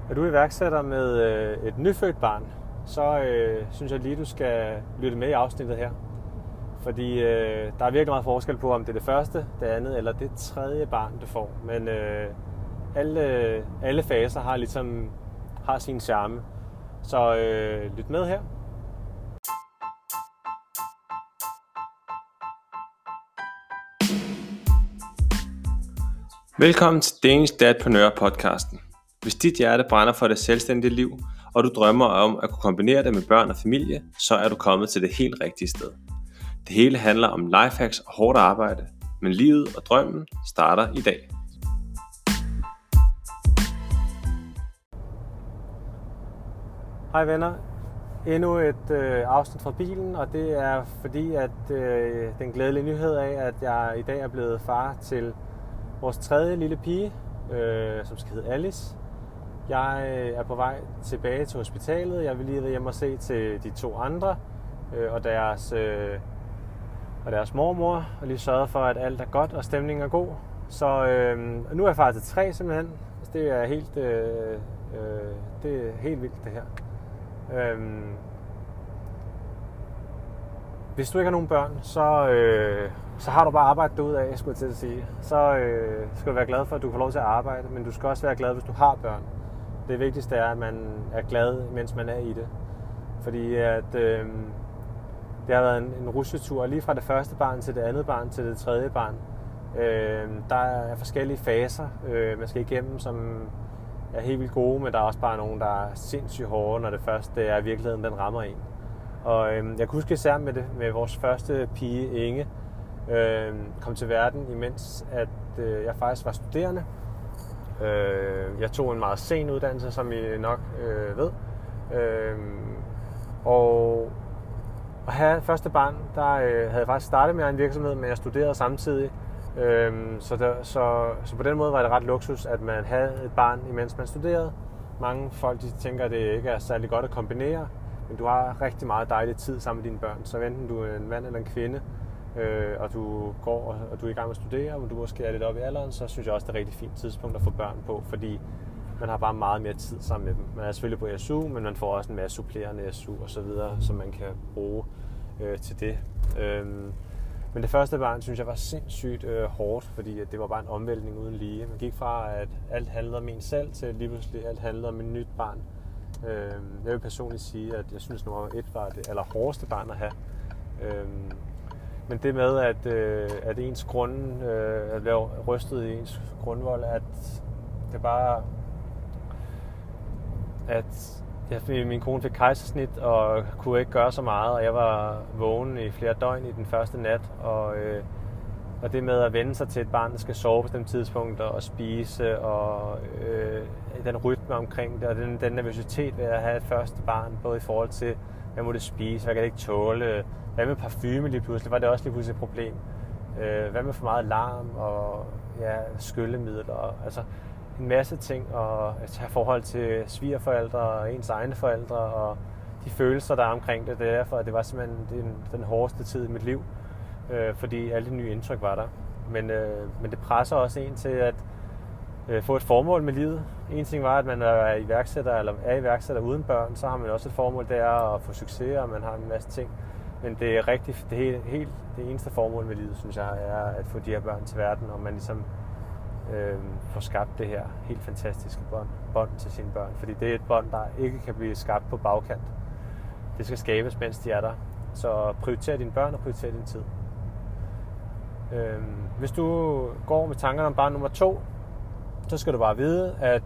Er du iværksætter med et nyfødt barn, så synes jeg lige, du skal lytte med i afsnittet her. Fordi der er virkelig meget forskel på, om det er det første, det andet eller det tredje barn, du får. Men alle faser har sin charme. Så lyt med her. Velkommen til Danish Dadpreneur podcasten. Hvis dit hjerte brænder for det selvstændige liv, og du drømmer om at kunne kombinere det med børn og familie, så er du kommet til det helt rigtige sted. Det hele handler om lifehacks og hårdt arbejde, men livet og drømmen starter i dag. Hej venner. Endnu et afsnit fra bilen, og det er fordi, at den glædelige nyhed af, at jeg i dag er blevet far til vores tredje lille pige, som skal hedde Alice. Jeg er på vej tilbage til hospitalet. Jeg vil lige være hjemme og se til de to andre og deres mormor, og lige sørge for, at alt er godt og stemningen er god. Så nu er jeg far til 3 simpelthen. Det er helt vildt det her. Hvis du ikke har nogen børn, så har du bare arbejdet derudad, skulle jeg til at sige. Så skal du være glad for, at du får lov til at arbejde, men du skal også være glad, hvis du har børn. Det vigtigste er, at man er glad, mens man er i det. Fordi at, det har været en rusjetur, lige fra det første barn til det andet barn til det tredje barn. Der er forskellige faser, man skal igennem, som er helt vildt gode, men der er også bare nogle, der er sindssygt hårde, når det første er virkeligheden, den rammer en. Og jeg kan huske især med vores første pige, Inge, kom til verden, imens at jeg faktisk var studerende. Jeg tog en meget sen uddannelse, som I nok ved. Og at have første barn, der havde jeg faktisk startet med en virksomhed, men jeg studerede samtidig. Så på den måde var det ret luksus, at man havde et barn, imens man studerede. Mange folk de tænker, at det ikke er særlig godt at kombinere, men du har rigtig meget dejlig tid sammen med dine børn. Så enten du er en mand eller en kvinde, og du går og du er i gang med at studere, men du måske er lidt oppe i alderen, så synes jeg også, det er et rigtig fint tidspunkt at få børn på, fordi man har bare meget mere tid sammen med dem. Man er selvfølgelig på SU, men man får også en masse supplerende SU og så videre, som man kan bruge til det. Men det første barn, synes jeg, var sindssygt hårdt, fordi det var bare en omvæltning uden lige. Man gik fra, at alt handlede om en selv, til lige pludselig alt handlede om et nyt barn. Jeg vil personligt sige, at jeg synes, nummer 1 var det allerhårdeste barn at have. Men det med, at ens grund, at være rystet i ens grundvold, at det bare, at min kone fik kejsersnit og kunne ikke gøre så meget, og jeg var vågen i flere døgn i den første nat, og det med at vende sig til et barn, der skal sove på den tidspunkt og spise, og den rytme omkring det, og den nervøsitet ved at have et første barn, både i forhold til, hvad må det spise, hvad kan det ikke tåle, hvad med parfume lige pludselig, var det også lige pludselig et problem, hvad med for meget larm og skyllemidler, altså en masse ting, og at have forhold til svigerforældre og ens egne forældre, og de følelser, der er omkring det. Det er derfor, at det var simpelthen den hårdeste tid i mit liv, fordi alle de nye indtryk var der. Men det presser også en til at få et formål med livet. En ting var, at man er iværksætter uden børn, så har man også et formål, det er at få succes, og man har en masse ting. Men det er rigtigt, det eneste formål med livet, synes jeg, er at få de her børn til verden, og man ligesom får skabt det her helt fantastiske bånd til sine børn. Fordi det er et bånd, der ikke kan blive skabt på bagkant. Det skal skabes, mens de er der. Så prioriter dine børn og prioriter din tid. Hvis du går med tankerne om barn nummer 2, så skal du bare vide, at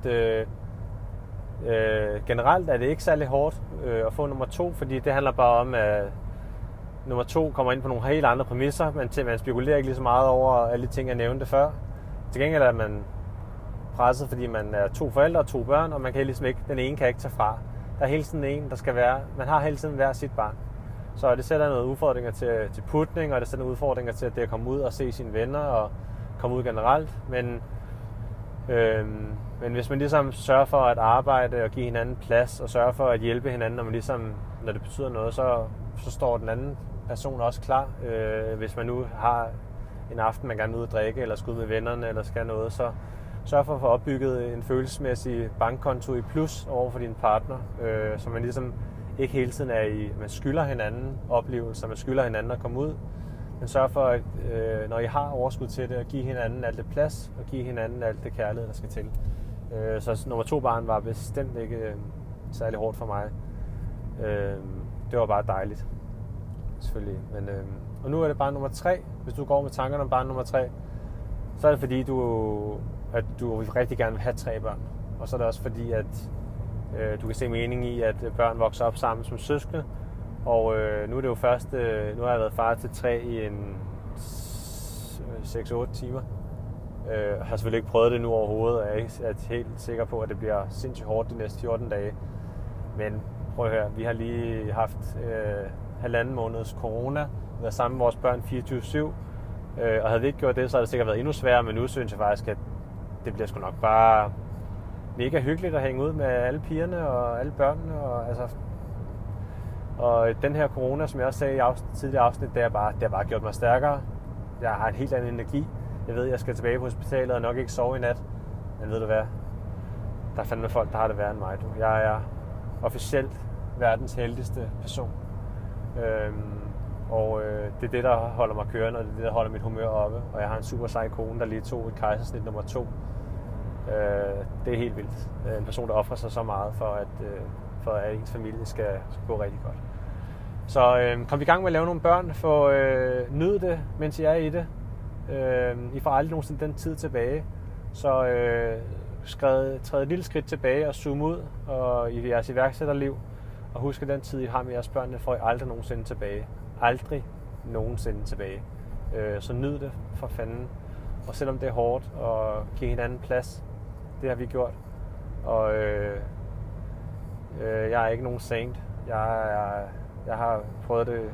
generelt er det ikke særlig hårdt at få nummer 2, fordi det handler bare om, at nummer 2 kommer ind på nogle helt andre præmisser. Man spekulerer ikke lige så meget over alle de ting, jeg nævnte før. Til gengæld er man presset, fordi man er 2 forældre og 2 børn, og man kan ligesom ikke, den ene kan ikke tage fra. Der er hele tiden en, der skal være, man har hele tiden hver sit barn. Så det sætter nogle udfordringer til putning, og det sætter nogle udfordringer til at komme ud og se sine venner og komme ud generelt. Men hvis man ligesom sørger for at arbejde og give hinanden plads, og sørger for at hjælpe hinanden, når det betyder noget, så står den anden person også klar. Hvis man nu har en aften, man gerne vil ud og drikke, eller skal ud med vennerne, eller skal noget, Sørg for at få opbygget en følelsesmæssig bankkonto i plus over for din partner, så man ligesom ikke hele tiden er i, man skylder hinanden oplevelser, man skylder hinanden at komme ud. Men sørg for, at når I har overskud til det, at give hinanden alt det plads, og give hinanden alt det kærlighed, der skal til. Så nummer 2 barn var bestemt ikke særlig hårdt for mig. Det var bare dejligt, selvfølgelig. Men, og nu er det barn nummer 3. Hvis du går med tankerne om barn nummer 3, så er det fordi, at du rigtig gerne vil have 3 børn. Og så er det også fordi, at du kan se mening i, at børn vokser op sammen som søskende. Og nu er det jo først, nu har jeg været far til 3 i en 6-8 timer. Jeg har selvfølgelig ikke prøvet det nu overhovedet, og jeg er helt sikker på, at det bliver sindssygt hårdt de næste 14 dage. Men prøv at høre, vi har lige haft 1,5 måneds corona, vi har været sammen med vores børn 24/7, og havde vi ikke gjort det, så havde det sikkert været endnu sværere, men nu synes jeg faktisk, at det bliver sgu nok bare mega hyggeligt at hænge ud med alle pigerne og alle børnene, og den her corona, som jeg også sagde i tidligere afsnit, det har bare gjort mig stærkere. Jeg har en helt anden energi. Jeg ved, at jeg skal tilbage på hospitalet og nok ikke sove i nat. Men ved du hvad? Der er fandme folk, der har det værre end mig. Jeg er officielt verdens heldigste person. Det er det, der holder mig kørende, og det er det, der holder mit humør oppe. Og jeg har en super sej kone, der lige tog et kejsersnit nummer 2. Det er helt vildt. En person, der offrer sig så meget for at ens familie skal gå rigtig godt. Så kom i gang med at lave nogle børn. Få nyd det, mens I er i det. I får aldrig nogensinde den tid tilbage. Så træd et lille skridt tilbage og zoom ud og i jeres iværksætterliv. Og husk, at den tid, I har med jeres børn, får I aldrig nogensinde tilbage. Aldrig nogensinde tilbage. Så nyd det for fanden. Og selvom det er hårdt, og give hinanden plads, det har vi gjort. Og jeg er ikke nogen saint. Jeg har prøvet det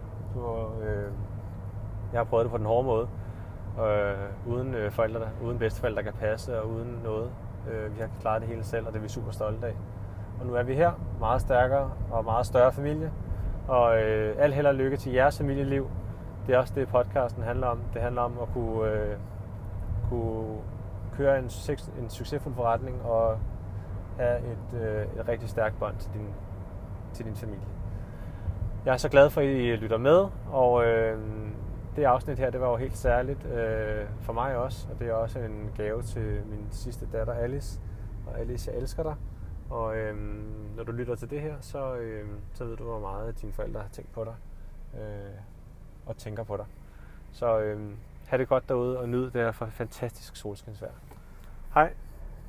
på den hårde måde. Uden forældre, uden bedsteforældre, der kan passe, og uden noget. Vi har klaret det hele selv, og det er vi super stolte af. Og nu er vi her, meget stærkere og meget større familie. Og alt held og lykke til jeres familieliv. Det er også det, podcasten handler om. Det handler om at kunne køre en succesfuld forretning og have et rigtig stærkt bånd til din familie. Jeg er så glad for, at I lytter med, og det afsnit her, det var jo helt særligt for mig også, og det er også en gave til min sidste datter Alice. Og Alice, jeg elsker dig, og når du lytter til det her, så ved du, hvor meget dine forældre har tænkt på dig og tænker på dig. Så have det godt derude og nyd det her fantastisk solskinsvejr. Hej!